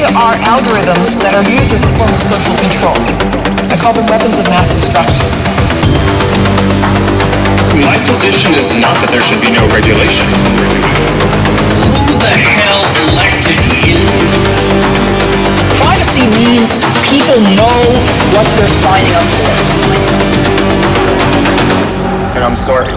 are algorithms that are used as a form of social control. I call them weapons of mass destruction. My position is not that there should be no regulation. Who the hell elected you? Privacy means people know what they're signing up for. And I'm sorry.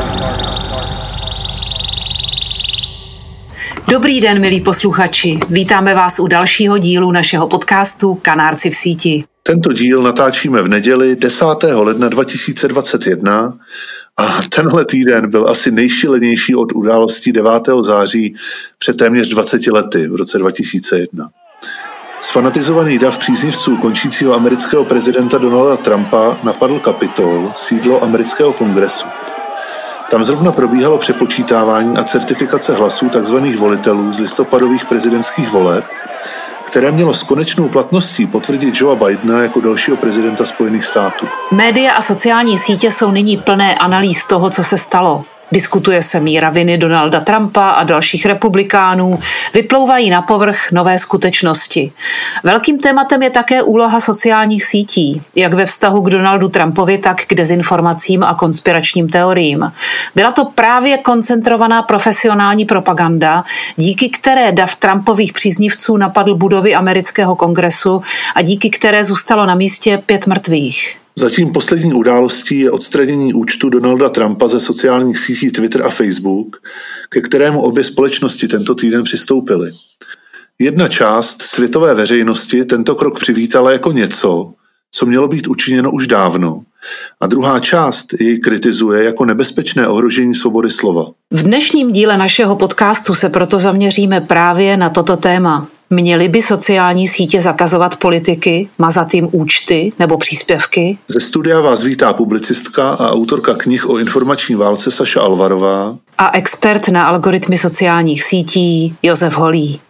Dobrý den, milí posluchači. Vítáme vás u dalšího dílu našeho podcastu Kanárci v síti. Tento díl natáčíme v neděli 10. ledna 2021 a tenhle týden byl asi nejšilenější od událostí 9. září před téměř 20 lety v roce 2001. Sfanatizovaný dav příznivců končícího amerického prezidenta Donalda Trumpa napadl Kapitol, sídlo amerického kongresu. Tam zrovna probíhalo přepočítávání a certifikace hlasů tzv. Volitelů z listopadových prezidentských voleb, které mělo s konečnou platností potvrdit Joea Bidena jako dalšího prezidenta Spojených států. Média a sociální sítě jsou nyní plné analýz toho, co se stalo. Diskutuje se míra viny Donalda Trumpa a dalších republikánů, vyplouvají na povrch nové skutečnosti. Velkým tématem je také úloha sociálních sítí, jak ve vztahu k Donaldu Trumpovi, tak k dezinformacím a konspiračním teoriím. Byla to právě koncentrovaná profesionální propaganda, díky které dav Trumpových příznivců napadl budovy amerického kongresu a díky které zůstalo na místě 5 mrtvých. Zatím poslední událostí je odstranění účtu Donalda Trumpa ze sociálních sítí Twitter a Facebook, ke kterému obě společnosti tento týden přistoupily. Jedna část světové veřejnosti tento krok přivítala jako něco, co mělo být učiněno už dávno, a druhá část jej kritizuje jako nebezpečné ohrožení svobody slova. V dnešním díle našeho podcastu se proto zaměříme právě na toto téma. Měly by sociální sítě zakazovat politiky, mazat jim účty nebo příspěvky? Ze studia vás vítá publicistka a autorka knih o informační válce Saša Alvarová a expert na algoritmy sociálních sítí Josef Holý.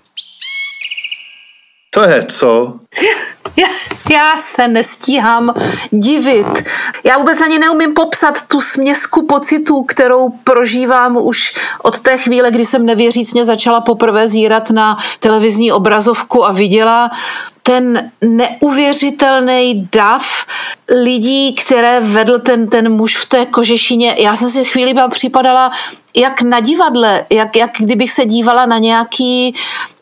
To je co? Já se nestíhám divit. Já vůbec ani neumím popsat tu směsku pocitů, kterou prožívám už od té chvíle, kdy jsem nevěřícně začala poprvé zírat na televizní obrazovku a viděla ten neuvěřitelný dav lidí, které vedl ten muž v té kožešině. Já jsem si chvíli připadala jak na divadle, jak kdybych se dívala na nějaký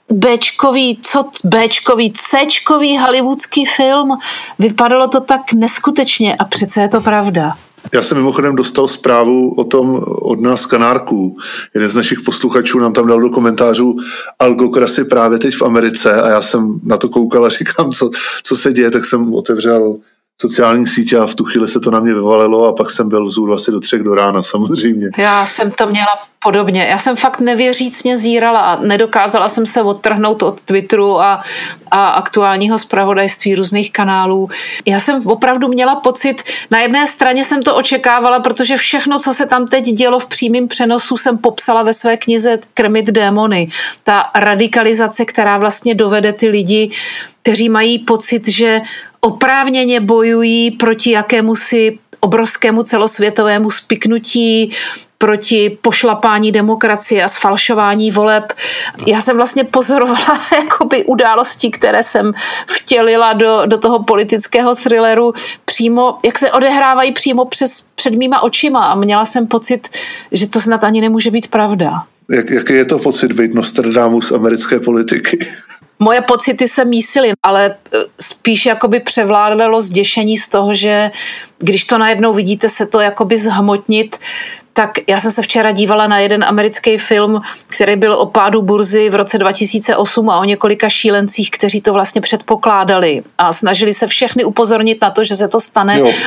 C-čkový hollywoodský film. Vypadalo to tak neskutečně a přece je to pravda. Já jsem mimochodem dostal zprávu o tom od nás Kanárků. Jeden z našich posluchačů nám tam dal do komentářů algokrasy právě teď v Americe a já jsem na to koukal a říkám, co se děje, tak jsem otevřel sociální sítě a v tu chvíli se to na mě vyvalilo a pak jsem byl vzhůru asi do 3 do rána samozřejmě. Já jsem to měla podobně. Já jsem fakt nevěřícně zírala a nedokázala jsem se odtrhnout od Twitteru a aktuálního zpravodajství různých kanálů. Já jsem opravdu měla pocit, na jedné straně jsem to očekávala, protože všechno, co se tam teď dělo v přímém přenosu, jsem popsala ve své knize Krmit démony. Ta radikalizace, která vlastně dovede ty lidi, kteří mají pocit, že oprávněně bojují proti jakémusi obrovskému celosvětovému spiknutí, proti pošlapání demokracie a sfalšování voleb. Já jsem vlastně pozorovala jakoby události, které jsem vtělila do toho politického thrilleru přímo, jak se odehrávají přímo před mýma očima a měla jsem pocit, že to snad ani nemůže být pravda. Jaký je to pocit být Nostradamus americké politiky? Moje pocity se mísily, ale spíš jakoby převládalo zděšení z toho, že když to najednou vidíte se to jakoby zhmotnit, tak já jsem se včera dívala na jeden americký film, který byl o pádu burzy v roce 2008 a o několika šílencích, kteří to vlastně předpokládali a snažili se všechny upozornit na to, že se to stane. Jo,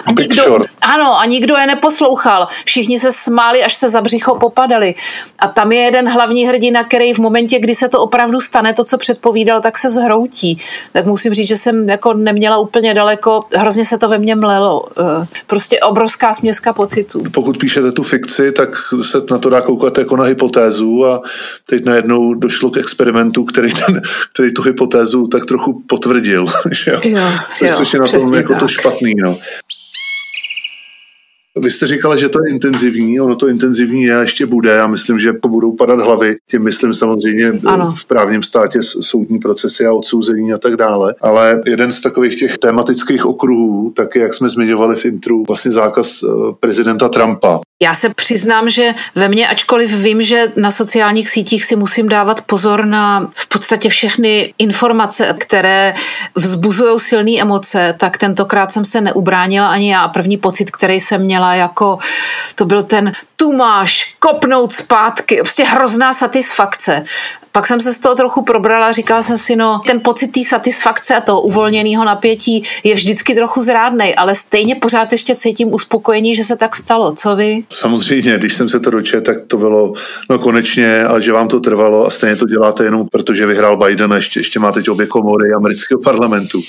a nikdo je neposlouchal. Všichni se smáli, až se za břicho popadali. A tam je jeden hlavní hrdina, který v momentě, kdy se to opravdu stane, to, co předpovídal, tak se zhroutí. Tak musím říct, že jsem jako neměla úplně daleko, hrozně se to ve mně mlelo. Prostě obrovská směska pocitů. Pokud píšete tu fikci, tak se na to dá koukat jako na hypotézu a teď najednou došlo k experimentu, který tu hypotézu tak trochu potvrdil. Jo, což je na tom jako to špatný. No. Vy jste říkala, že to je intenzivní, ono to intenzivní je a ještě bude. Já myslím, že budou padat hlavy, tím myslím samozřejmě v právním státě soudní procesy a odsouzení a tak dále. Ale jeden z takových těch tematických okruhů, taky jak jsme zmiňovali v intru, vlastně zákaz prezidenta Trumpa. Já se přiznám, že ve mně, ačkoliv vím, že na sociálních sítích si musím dávat pozor na v podstatě všechny informace, které vzbuzují silné emoce, tak tentokrát jsem se neubránila ani já. První pocit, který jsem měla, jako to byl ten tu máš kopnout zpátky, prostě hrozná satisfakce. Pak jsem se z toho trochu probrala a říkala jsem si, no, ten pocit té satisfakce a toho uvolněného napětí je vždycky trochu zrádnej, ale stejně pořád ještě cítím uspokojení, že se tak stalo. Co vy? Samozřejmě, když jsem se to dočetl, tak to bylo, no konečně, ale že vám to trvalo a stejně to děláte jenom protože vyhrál Biden a ještě má teď obě komory amerického parlamentu.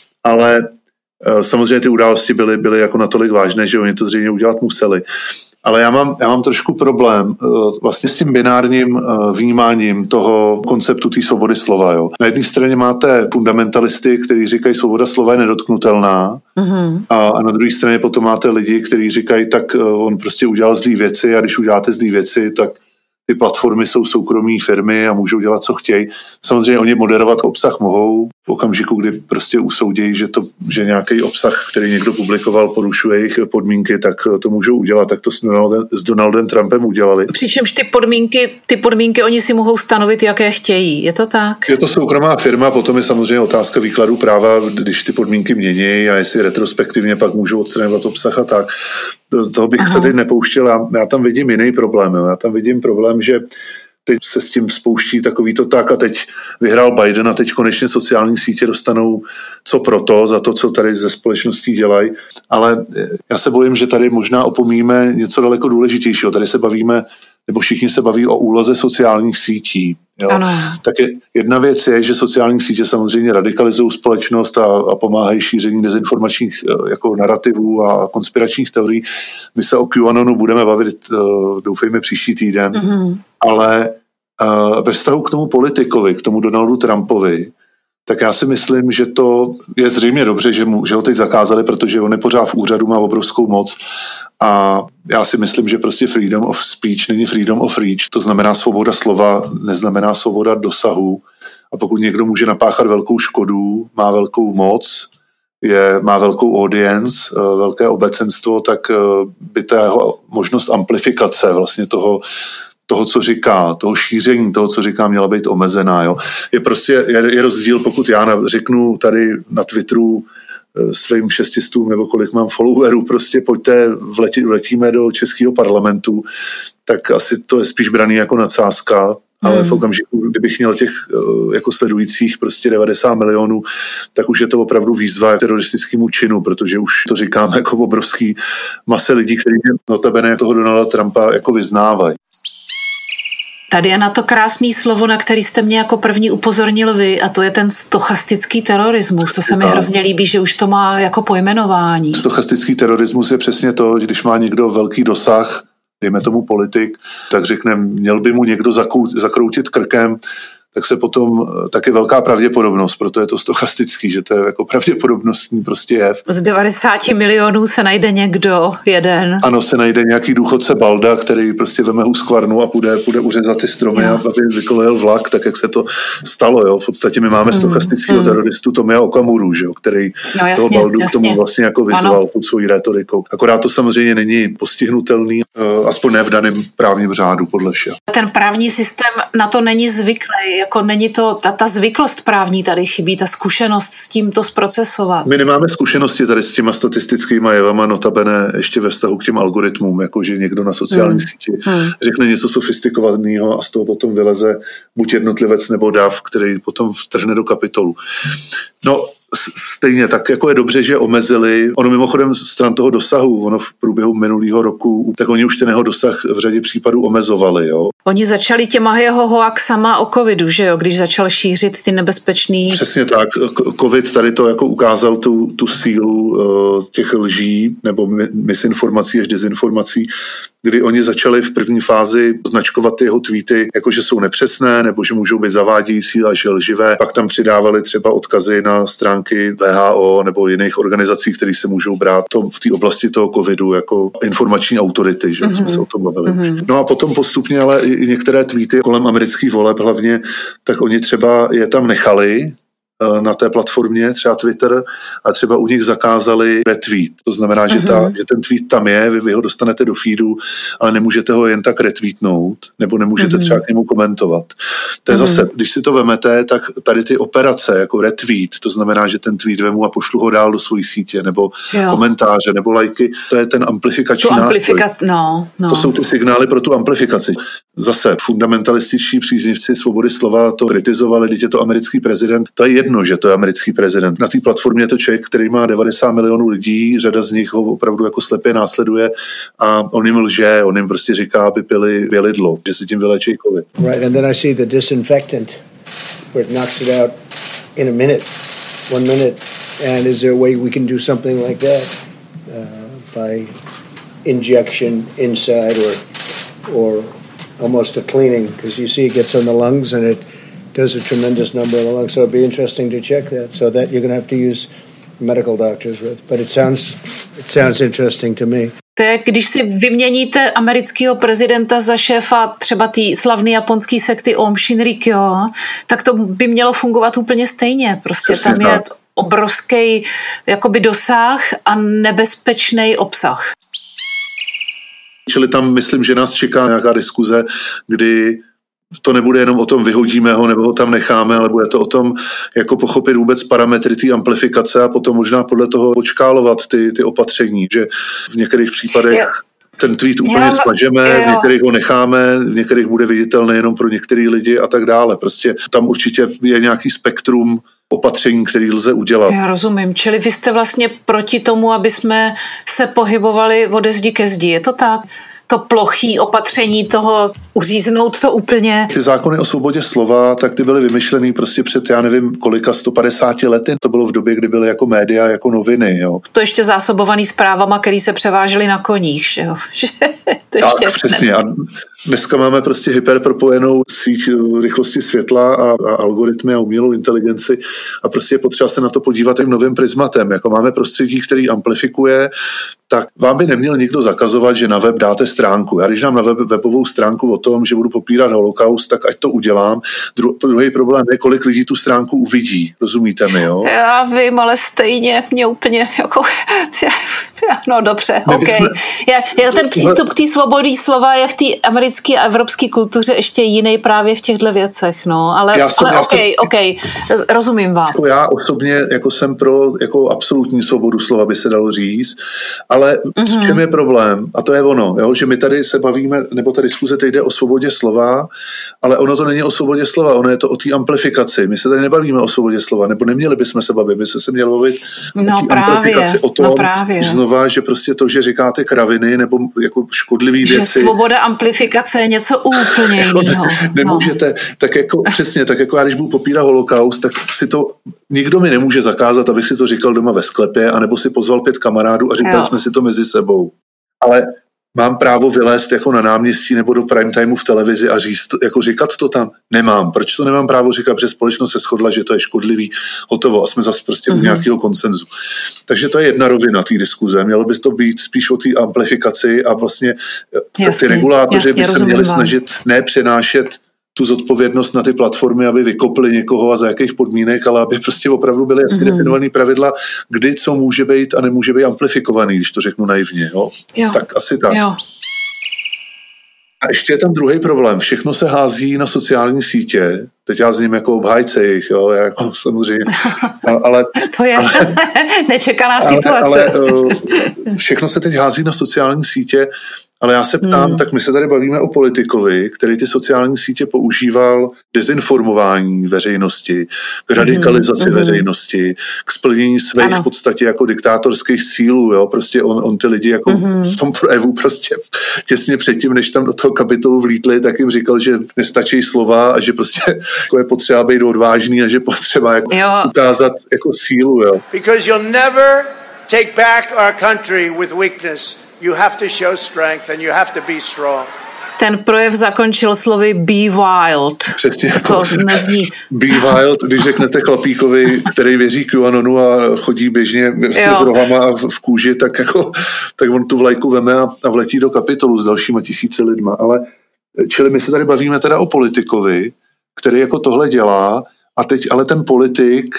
Ale samozřejmě ty události byly jako natolik vážné, že oni to zřejmě udělat museli. Ale já mám trošku problém vlastně s tím binárním vnímáním toho konceptu té svobody slova. Jo. Na jedné straně máte fundamentalisty, kteří říkají, svoboda slova je nedotknutelná, a na druhé straně potom máte lidi, kteří říkají, tak on prostě udělal zlý věci a když uděláte zlý věci, tak ty platformy jsou soukromí firmy a můžou dělat, co chtějí. Samozřejmě oni moderovat obsah mohou v okamžiku, kdy prostě usoudějí, že nějaký obsah, který někdo publikoval, porušuje jejich podmínky, tak to můžou udělat. Tak to s Donaldem Trumpem udělali. Přičemž ty podmínky oni si mohou stanovit, jaké chtějí. Je to tak? Je to soukromá firma, potom je samozřejmě otázka výkladu práva, když ty podmínky mění a jestli retrospektivně pak můžou odstraňovat obsah a tak. Toho bych se teď nepouštěl. Já tam vidím jiný problém. Jo. Já tam vidím problém, že teď se s tím spouští takovýto tak a teď vyhrál Biden a teď konečně sociální sítě dostanou co proto, za to, co tady ze společností dělají. Ale já se bojím, že tady možná opomíme něco daleko důležitějšího. Tady se bavíme, nebo všichni se baví o úloze sociálních sítí. Jo? Tak jedna věc je, že sociální sítě samozřejmě radikalizují společnost a pomáhají šíření dezinformačních jako narrativů a konspiračních teorií. My se o QAnonu budeme bavit, doufejme, příští týden, ale ve vztahu k tomu politikovi, k tomu Donaldu Trumpovi, tak já si myslím, že to je zřejmě dobře, že ho teď zakázali, protože on je pořád v úřadu, má obrovskou moc. A já si myslím, že prostě freedom of speech není freedom of reach, to znamená svoboda slova, neznamená svoboda dosahu. A pokud někdo může napáchat velkou škodu, má velkou moc, má velkou audience, velké obecenstvo, tak by ta jeho možnost amplifikace vlastně toho, co říká, toho šíření, toho, co říká, měla být omezená. Jo. Je rozdíl, pokud já řeknu tady na Twitteru svým 600 nebo kolik mám followerů, prostě pojďte, vletíme do českého parlamentu, tak asi to je spíš braný jako nadsázka, ale v okamžiku, kdybych měl těch jako sledujících prostě 90 milionů, tak už je to opravdu výzva k teroristickému činu, protože už to říkáme jako obrovský mase lidí, kteří notabene toho Donalda Trumpa jako vyznávají. Tady je na to krásný slovo, na který jste mě jako první upozornil vy, a to je ten stochastický terorismus. To se mi hrozně líbí, že už to má jako pojmenování. Stochastický terorismus je přesně to, že když má někdo velký dosah, dejme tomu politik, tak řekne, měl by mu někdo zakroutit krkem, tak se potom taky velká pravděpodobnost, proto je to stochastický, že to je jako pravděpodobnostní prostě jev. Z 90 milionů se najde někdo jeden. Ano, se najde nějaký důchodce Balda, který prostě veme Husqvarnu a půjde uřezat ty stromy, aby vykolejil vlak, tak jak se to stalo. Jo. V podstatě my máme stochastického teroristu Tomia Okamuru, že jo, který toho Baldu k tomu vlastně jako vyzval pod svojí rétorikou. Akorát to samozřejmě není postihnutelný, aspoň ne v daném právním řádu, podle všeho. Ten právní systém na to není zvyklý. Jako není to, ta zvyklost právní tady chybí, ta zkušenost s tím to zprocesovat. My nemáme zkušenosti tady s těma statistickými jevama, notabene ještě ve vztahu k těm algoritmům, jako že někdo na sociální síti řekne něco sofistikovaného a z toho potom vyleze buď jednotlivec nebo dav, který potom vtrhne do kapitolu. No, stejně tak, jako je dobře, že omezili, ono mimochodem stran toho dosahu, ono v průběhu minulého roku, tak oni už ten jeho dosah v řadě případů omezovali, jo. Oni začali těma jeho hoaxama o covidu, že jo, když začal šířit ty nebezpečný... Přesně tak. Covid tady to jako ukázal tu sílu těch lží nebo misinformací až dezinformací, kdy oni začali v první fázi značkovat ty jeho tweety, jako že jsou nepřesné nebo že můžou být zavádějící a že lživé. Pak tam přidávali třeba odkazy na stránky WHO nebo jiných organizací, které se můžou brát v té oblasti toho covidu jako informační autority, že jsme se o tom bavili. No a potom postupně ale i některé tweety kolem amerických voleb hlavně, tak oni třeba je tam nechali na té platformě, třeba Twitter, a třeba u nich zakázali retweet. To znamená, že ten tweet tam je, vy ho dostanete do feedu, ale nemůžete ho jen tak retweetnout, nebo nemůžete třeba k němu komentovat. To je zase, když si to vemete, tak tady ty operace, jako retweet, to znamená, že ten tweet vemu a pošlu ho dál do svojí sítě, nebo komentáře, nebo lajky, to je ten amplifikační nástroj. To jsou ty signály pro tu amplifikaci. Zase fundamentalističtí příznivci svobody slova to kritizovali, když je to americký prezident. To je jedno, že to je americký prezident. Na té platformě je to člověk, který má 90 milionů lidí, řada z nich ho opravdu jako slepě následuje a on jim lže, on jim prostě říká, aby pili vělidlo, že si tím vylečí covid. Right, and then I see the disinfectant where it knocks it out in a minute, 1 minute. And is there a way we can do something like that by injection inside or almost a cleaning, because you see it gets on the lungs and it does a tremendous number of the lungs. So it'd be interesting to check that. So that you're going to have to use medical doctors with. But it sounds interesting to me. To je, když si vyměníte amerického prezidenta za šéfa třeba té slavné japonské sekty Aum Shinrikyo, tak to by mělo fungovat úplně stejně. Prostě tam je obrovský jakoby dosah a nebezpečný obsah. Čili tam myslím, že nás čeká nějaká diskuze, kdy to nebude jenom o tom vyhodíme ho nebo ho tam necháme, ale bude to o tom jako pochopit vůbec parametry té amplifikace a potom možná podle toho odškálovat ty opatření, že v některých případech ten tweet úplně smažeme, v některých ho necháme, v některých bude viditelný jenom pro některý lidi a tak dále. Prostě tam určitě je nějaký spektrum opatření, které lze udělat. Já rozumím. Čili vy jste vlastně proti tomu, aby jsme se pohybovali ode zdi ke zdi. Je to tak? To plochý opatření toho uříznout to úplně. Ty zákony o svobodě slova, tak ty byly vymyšlený prostě před, já nevím, kolika 150 lety. To bylo v době, kdy byly jako média, jako noviny. Jo. To ještě zásobovaný zprávama, který se převážely na koních. Že jo? To tak, ještě přesně. A dneska máme prostě hyperpropojenou síť rychlosti světla a algoritmy a umělou inteligenci a prostě je potřeba se na to podívat tím novým prismatem. Jako máme prostředí, který amplifikuje, tak vám by neměl nikdo zakazovat, že na web dáte stránku. Já když dám na webovou stránku o tom, že budu popírat holokaust, tak ať to udělám. Druhý problém je, kolik lidí tu stránku uvidí. Rozumíte mi, jo? Já vím, ale stejně mě úplně jako... No dobře, OK. Ten přístup k té svobodě slova je v té americké a evropské kultuře ještě jiný právě v těchto věcech, no. Ale OK, rozumím vám. Já osobně jako jsem pro jako absolutní svobodu slova, by se dalo říct, ale s čem je problém? A to je ono, jo? Že my tady se bavíme, nebo ta diskuze teď jde o svobodě slova, ale ono to není o svobodě slova, ono je to o té amplifikaci. My se tady nebavíme o svobodě slova, nebo neměli bychom se bavit, my jsme se měli bavit o té amplifikaci, o tom, znova, že prostě to, že říkáte kraviny nebo jako škodlivý věci. Že svoboda amplifikace je něco úplně jiného. Nemůžete, tak jako přesně, tak jako já když budu popírat holokaust, tak si to nikdo mi nemůže zakázat, abych si to říkal doma ve sklepě, anebo si pozval 5 kamarádů a říkali jsme si to mezi sebou. Ale mám právo vylézt jako na náměstí nebo do prime timeu v televizi a říkat to tam? Nemám. Proč to nemám právo říkat? Protože společnost se shodla, že to je škodlivý, hotovo a jsme zase prostě u nějakého konsenzu. Takže to je jedna rovina té diskuze. Mělo by to být spíš o té amplifikaci a vlastně ty regulátoři by se měli snažit nepřenášet tu zodpovědnost na ty platformy, aby vykopli někoho a za jakých podmínek, ale aby prostě opravdu byly jasně definované pravidla, kdy co může být a nemůže být amplifikovaný, když to řeknu naivně. Jo? Tak asi tak. Jo. A ještě je tam druhý problém. Všechno se hází na sociální sítě. Teď já zním jako obhájce jich, jo, jako samozřejmě. Ale, to je nečekaná situace. Ale všechno se teď hází na sociální sítě Ale já se ptám, tak my se tady bavíme o politikovi, který ty sociální sítě používal k dezinformování veřejnosti, k radikalizaci veřejnosti, k splnění svých v podstatě jako diktátorských cílů, jo, prostě on ty lidi jako v tom projevu prostě těsně předtím, než tam do toho Kapitolu vlítli, tak jim říkal, že nestačí slova a že prostě jako je potřeba být odvážný a že potřeba jako ukázat jako sílu, jo. Because you'll never take back our country with weakness. You have to show strength and you have to be strong. Ten projev zakončil slovy be wild. Přesně jako to nezní. Be wild, když řeknete chlapíkovi, který věří QAnonu a chodí běžně s rohama v kůži, tak on tu vlajku veme a vletí do Kapitolu s dalšíma 1000 lidma. Čili my se tady bavíme teda o politikovi, který jako tohle dělá a teď ale ten politik,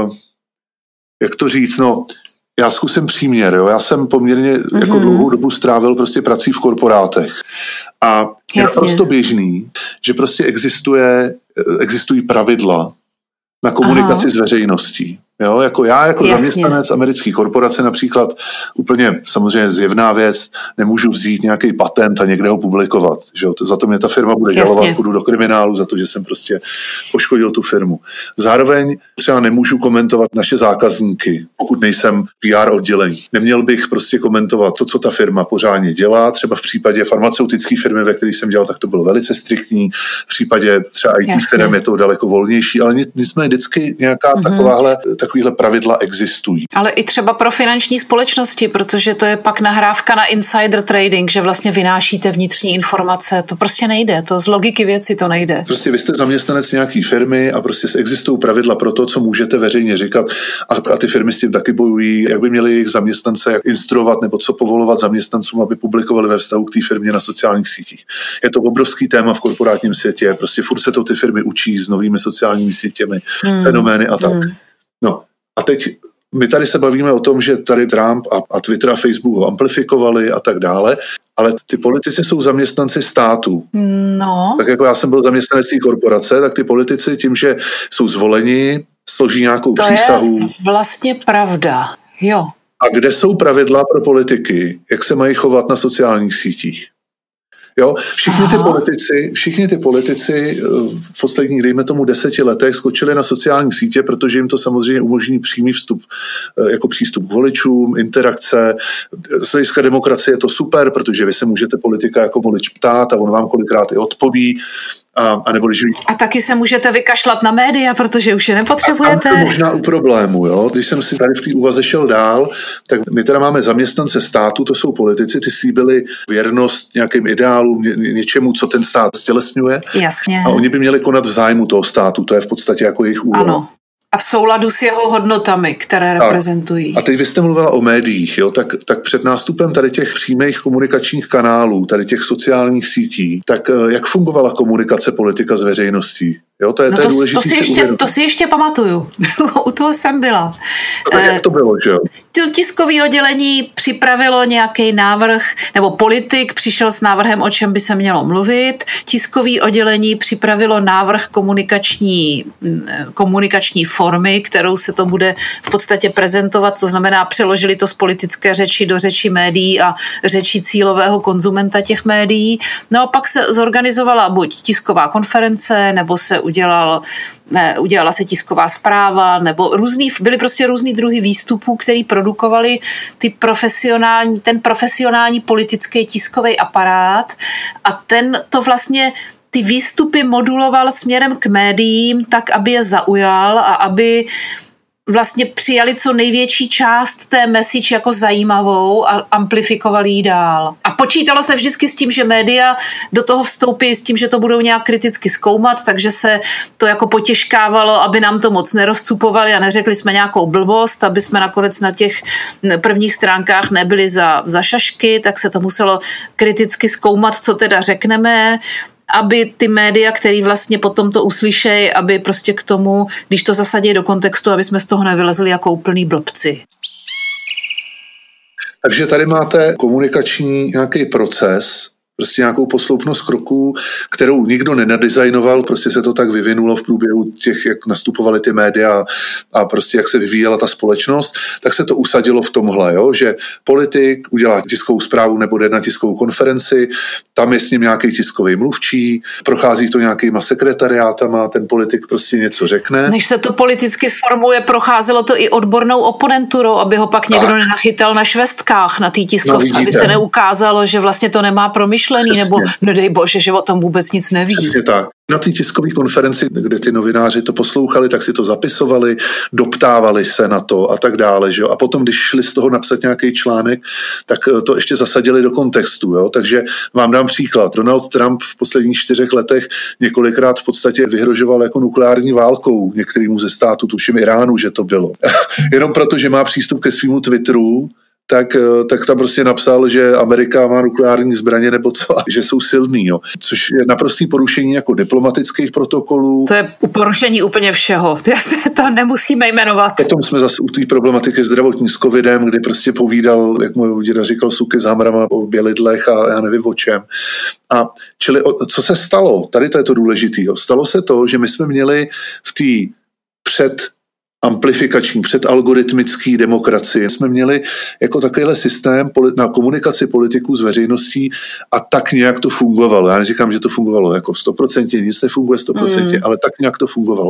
jak to říct, já zkusím příměr, jo. Já jsem poměrně jako dlouhou dobu strávil prostě prací v korporátech. A je naprosto běžný, že prostě existují pravidla na komunikaci s veřejností. Jo, jako já jako zaměstnanec americké korporace například úplně samozřejmě zjevná věc, nemůžu vzít nějaký patent a někde ho publikovat. Že? Za to mě ta firma bude dělovat, půjdu do kriminálu za to, že jsem prostě poškodil tu firmu. Zároveň třeba nemůžu komentovat naše zákazníky, pokud nejsem PR oddělení. Neměl bych prostě komentovat to, co ta firma pořádně dělá. Třeba v případě farmaceutické firmy, ve které jsem dělal, tak to bylo velice striktní. V případě třeba IT firm je to daleko volnější, ale nicméně vždycky nějaká takovýhle pravidla existují. Ale i třeba pro finanční společnosti, protože to je pak nahrávka na insider trading, že vlastně vynášíte vnitřní informace. To prostě nejde, to z logiky věci to nejde. Prostě vy jste zaměstnanec nějaký firmy a prostě existují pravidla pro to, co můžete veřejně říkat a ty firmy s tím taky bojují, jak by měli jejich zaměstnance jak instruovat nebo co povolovat zaměstnancům, aby publikovali ve vztahu k té firmě na sociálních sítích. Je to obrovský téma v korporátním světě, prostě furt se to ty firmy učí s novými sociálními sítěmi, fenomény a tak. No. A teď my tady se bavíme o tom, že tady Trump a Twitter a Facebook ho amplifikovali a tak dále, ale ty politici jsou zaměstnanci státu. No. Tak jako já jsem byl zaměstnanec té korporace, tak ty politici tím, že jsou zvoleni, složí nějakou přísahu. To je vlastně pravda, jo. A kde jsou pravidla pro politiky, jak se mají chovat na sociálních sítích? Jo, všichni ty politici v posledních, dejme tomu 10 letech skočili na sociální sítě, protože jim to samozřejmě umožní přímý vstup, jako přístup k voličům, interakce. Z hlediska demokracie je to super, protože vy se můžete politika jako volič ptát a on vám kolikrát i odpoví. A taky se můžete vykašlat na média, protože už je nepotřebujete. A to možná u problému, jo. Když jsem si tady v té úvaze šel dál, tak my teda máme zaměstnance státu, to jsou politici, ty slíbili věrnost nějakým ideálům, něčemu, co ten stát stělesňuje. Jasně. A oni by měli konat v zájmu toho státu, to je v podstatě jako jejich úloha. Ano. A v souladu s jeho hodnotami, které reprezentují. A teď vy jste mluvila o médiích, jo? Tak před nástupem tady těch přímých komunikačních kanálů, tady těch sociálních sítí, tak jak fungovala komunikace politika s veřejností? Jo, to je důležité si uvědomit. To si ještě pamatuju. U toho jsem byla. Tak jak to bylo, že jo? Tiskové oddělení připravilo nějaký návrh, nebo politik přišel s návrhem, o čem by se mělo mluvit. Tiskové oddělení připravilo návrh komunikační formy, kterou se to bude v podstatě prezentovat, to znamená, přeložili to z politické řeči do řeči médií a řeči cílového konzumenta těch médií. No a pak se zorganizovala buď tisková konference, nebo se udělala se tisková zpráva, nebo byly prostě různý druhy výstupů, který produkovali ten profesionální politický tiskový aparát a ten to vlastně ty výstupy moduloval směrem k médiím tak, aby je zaujal a aby vlastně přijali co největší část té message jako zajímavou a amplifikovali ji dál. A počítalo se vždycky s tím, že média do toho vstoupí s tím, že to budou nějak kriticky zkoumat, takže se to jako potěžkávalo, aby nám to moc nerozcupovali a neřekli jsme nějakou blbost, aby jsme nakonec na těch prvních stránkách nebyli za šašky, tak se to muselo kriticky zkoumat, co teda řekneme, aby ty média, který vlastně potom to uslyšejí, aby prostě k tomu, když to zasadí do kontextu, aby jsme z toho nevylezli jako úplný blbci. Takže tady máte komunikační nějaký proces, prostě nějakou posloupnost kroků, kterou nikdo nenadizajnoval, prostě se to tak vyvinulo v průběhu těch, jak nastupovaly ty média a prostě jak se vyvíjela ta společnost, tak se to usadilo v tomhle, jo? Že politik udělá tiskovou zprávu nebo jde na tiskovou konferenci, tam je s ním nějaký tiskový mluvčí, prochází to nějakýma sekretariátama, ten politik prostě něco řekne. Než se to politicky sformuluje, procházelo to i odbornou oponenturou, aby ho pak někdo nenachytal na švestkách na té tiskovce, aby se neukázalo, že vlastně to nemá promyšlený, přesně. Nebo nedej bože, že o tom vůbec nic neví. Přesně tak. Na té tiskové konferenci, kde ty novináři to poslouchali, tak si to zapisovali, doptávali se na to a tak dále. Že jo? A potom, když šli z toho napsat nějaký článek, tak to ještě zasadili do kontextu. Jo? Takže vám dám příklad. Donald Trump v posledních 4 letech několikrát v podstatě vyhrožoval jako nukleární válkou některému ze států, tuším Iránu, že to bylo. Jenom proto, že má přístup ke svému Twitteru, tak tam prostě napsal, že Amerika má nukleární zbraně nebo co, a že jsou silný, jo. Což je naprostý porušení jako diplomatických protokolů. To je porušení úplně všeho. To nemusíme jmenovat. Potom jsme zase u té problematiky zdravotní s covidem, kdy prostě povídal, jak můj děda říkal, suky s hamrama o bělidlech a já nevím o čem. A čili co se stalo? Tady to je to důležitý. Stalo se to, že my jsme měli v té amplifikační, předalgoritmický demokracii. Jsme měli jako takovýhle systém na komunikaci politiků s veřejností a tak nějak to fungovalo. Já neříkám, že to fungovalo jako 100%, nic nefunguje 100%, ale tak nějak to fungovalo.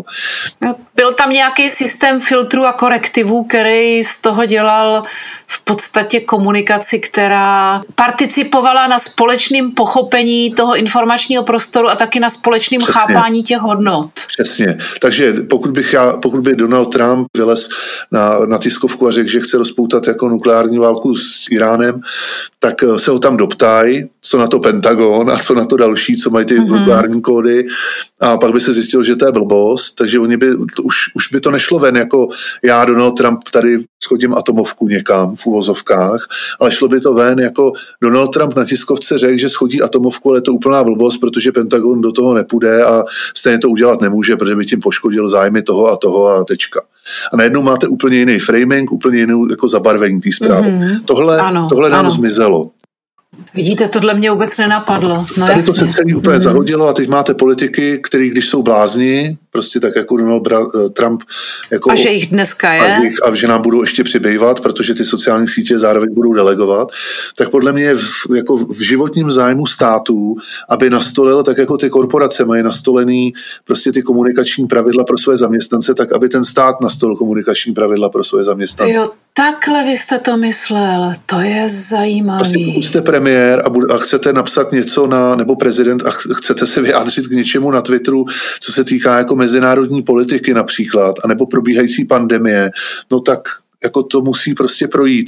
Byl tam nějaký systém filtru a korektivů, který z toho dělal v podstatě komunikaci, která participovala na společném pochopení toho informačního prostoru a taky na společném chápání těch hodnot. Přesně. Takže pokud by Donald Trump vylez na tiskovku a řekl, že chce rozpoutat jako nukleární válku s Iránem, tak se ho tam doptají, co na to Pentagon a co na to další, co mají ty nukleární kódy, a pak by se zjistilo, že to je blbost, takže oni by, už by to nešlo ven, jako já, Donald Trump, tady schodím atomovku někam v uvozovkách, ale šlo by to ven, jako Donald Trump na tiskovce řekl, že schodí atomovku, ale je to úplná blbost, protože Pentagon do toho nepůjde a stejně to udělat nemůže, protože by tím poškodil zájmy toho a tečka. A najednou máte úplně jiný framing, úplně jinou jako zabarvení té zprávy. Tohle nám zmizelo. Vidíte, tohle mě vůbec nenapadlo. No, tady to se celý úplně zahodilo a teď máte politiky, který, když jsou blázni, prostě tak jako Donald Trump. Jako, a že jich dneska je. A že nám budou ještě přibývat, protože ty sociální sítě zároveň budou delegovat, tak podle mě je v životním zájmu států, aby nastolil, tak jako ty korporace mají nastolený prostě ty komunikační pravidla pro své zaměstnance, tak aby ten stát nastolil komunikační pravidla pro své zaměstnance. Jo, takhle vy jste to myslel, to je zajímavý. Prostě pokud jste premiér a chcete napsat něco nebo prezident a chcete se vyjádřit k něčemu na Twitteru, co se týká jako mezinárodní politiky například, anebo probíhající pandemie, no tak jako to musí prostě projít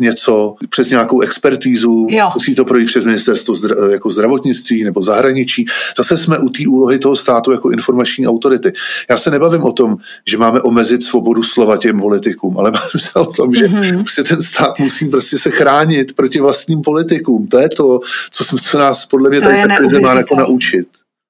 přes nějakou expertízu, musí to projít přes ministerstvo jako zdravotnictví nebo zahraničí. Zase jsme u té úlohy toho státu jako informační autority. Já se nebavím o tom, že máme omezit svobodu slova těm politikům, ale bavím se o tom, že prostě ten stát musí prostě se chránit proti vlastním politikům. To je to, co nás podle mě tady ta krize má jako naučit.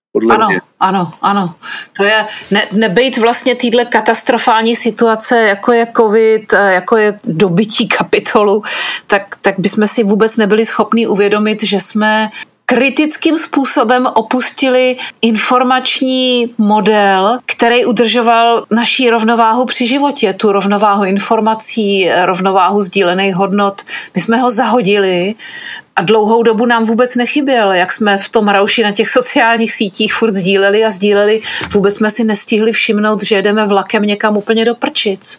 Ano. To je nebejt vlastně týhle katastrofální situace, jako je covid, jako je dobytí Kapitolu, tak bychom si vůbec nebyli schopni uvědomit, že jsme kritickým způsobem opustili informační model, který udržoval naší rovnováhu při životě, tu rovnováhu informací, rovnováhu sdílených hodnot. My jsme ho zahodili a dlouhou dobu nám vůbec nechyběl, jak jsme v tom rauši na těch sociálních sítích furt sdíleli. Vůbec jsme si nestihli všimnout, že jedeme vlakem někam úplně do prčic.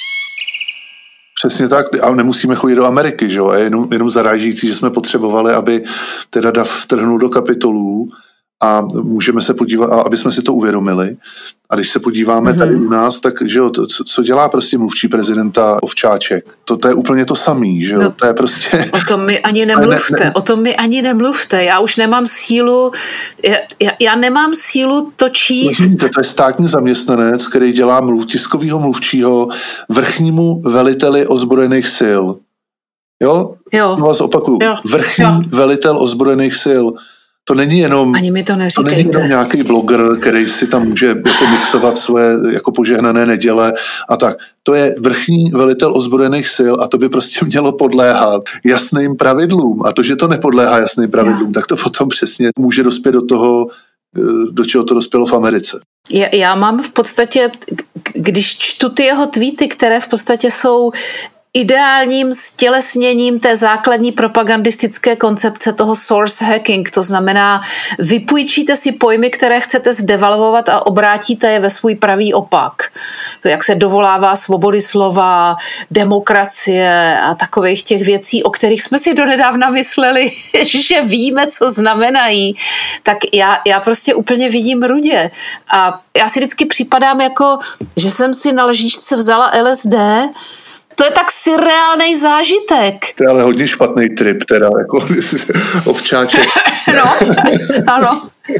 Přesně tak, a nemusíme chodit do Ameriky, že jo? A jenom zarážící, že jsme potřebovali, aby teda DAF vtrhnul do Kapitolů a můžeme se podívat, aby jsme si to uvědomili. A když se podíváme tady u nás, tak že jo, co dělá prostě mluvčí prezidenta Ovčáček? To je úplně to samý, že jo? No, to je prostě... O tom mi ani nemluvte. Já už nemám sílu, já nemám sílu to číst. To je státní zaměstnanec, který dělá tiskovýho mluvčího vrchnímu veliteli ozbrojených sil. Jo? Vás opakuju. Vrchní velitel ozbrojených sil. to není jenom, ani mi to to není jenom nějaký bloger, který si tam může jako mixovat své jako požehnané neděle a tak. To je vrchní velitel ozbrojených sil a to by prostě mělo podléhat jasným pravidlům. A to, že to nepodléhá jasným pravidlům, tak to potom přesně může dospět do toho, do čeho to dospělo v Americe. Já mám v podstatě, když čtu ty jeho tweety, které v podstatě jsou ideálním stělesněním té základní propagandistické koncepce toho source hacking, to znamená, vypůjčíte si pojmy, které chcete zdevalvovat a obrátíte je ve svůj pravý opak. To, jak se dovolává svobody slova, demokracie a takových těch věcí, o kterých jsme si donedávna mysleli, že víme, co znamenají, tak já prostě úplně vidím rudě. A já si vždycky připadám jako, že jsem si na lžičce vzala LSD. To je tak surreálnej zážitek. To je ale hodně špatný trip, teda, jako ovčáček. No, ano.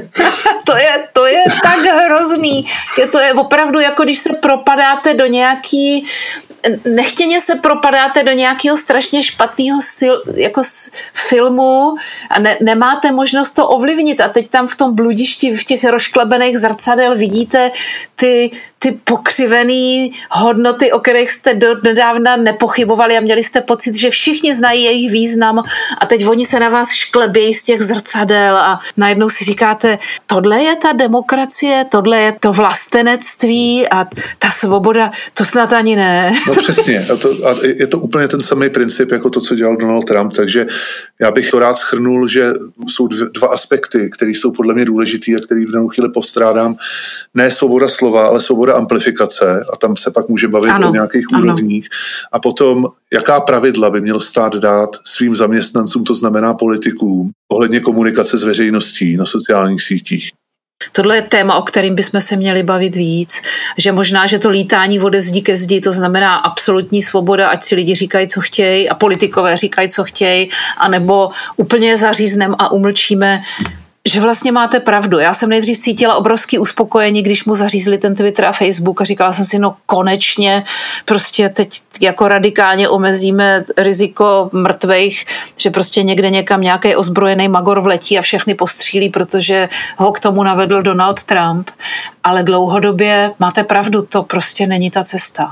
To je tak hrozný. To je opravdu jako když se propadáte do nějaký, nechtěně se propadáte do nějakého strašně špatného jako filmu a nemáte možnost to ovlivnit a teď tam v tom bludišti, v těch rozklebených zrcadel vidíte ty pokřivený hodnoty, o kterých jste nedávna nepochybovali a měli jste pocit, že všichni znají jejich význam a teď oni se na vás šklebějí z těch zrcadel a najednou si říkáte, tohle je ta demokracie, tohle je to vlastenectví a ta svoboda, to snad ani ne. No přesně. A je to úplně ten samý princip, jako to, co dělal Donald Trump, takže já bych to rád shrnul, že jsou dva aspekty, které jsou podle mě důležitý a který v danou chvíli postrádám. Ne svoboda slova, ale svoboda amplifikace a tam se pak může bavit o nějakých úrovních. A potom, jaká pravidla by měl stát dát svým zaměstnancům, to znamená politikům, ohledně komunikace s veřejností na sociálních sítích. Tohle je téma, o kterým bychom se měli bavit víc, že možná, že to lítání ode zdi ke zdi, to znamená absolutní svoboda, ať si lidi říkají, co chtějí a politikové říkají, co chtějí, anebo úplně zaříznem a umlčíme, že vlastně máte pravdu. Já jsem nejdřív cítila obrovský uspokojení, když mu zařízli ten Twitter a Facebook a říkala jsem si, no konečně prostě teď jako radikálně omezíme riziko mrtvejch, že prostě někde někam nějaký ozbrojený magor vletí a všechny postřílí, protože ho k tomu navedl Donald Trump. Ale dlouhodobě máte pravdu, to prostě není ta cesta.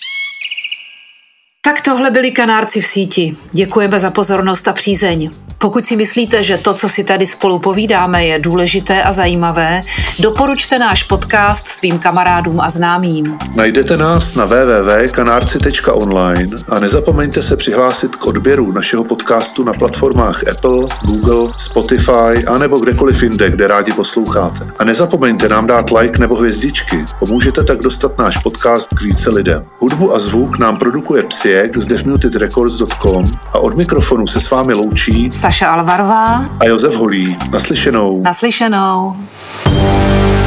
Tak tohle byli Kanárci v síti. Děkujeme za pozornost a přízeň. Pokud si myslíte, že to, co si tady spolu povídáme, je důležité a zajímavé, doporučte náš podcast svým kamarádům a známým. Najdete nás na www.kanarci.online a nezapomeňte se přihlásit k odběru našeho podcastu na platformách Apple, Google, Spotify a nebo kdekoliv jinde, kde rádi posloucháte. A nezapomeňte nám dát like nebo hvězdičky. Pomůžete tak dostat náš podcast k více lidem. Hudbu a zvuk nám produkuje Psiek z deafmutedrecords.com a od mikrofonu se s vámi loučí Saša Alvarová a Josef Holý. Naslyšenou. Naslyšenou.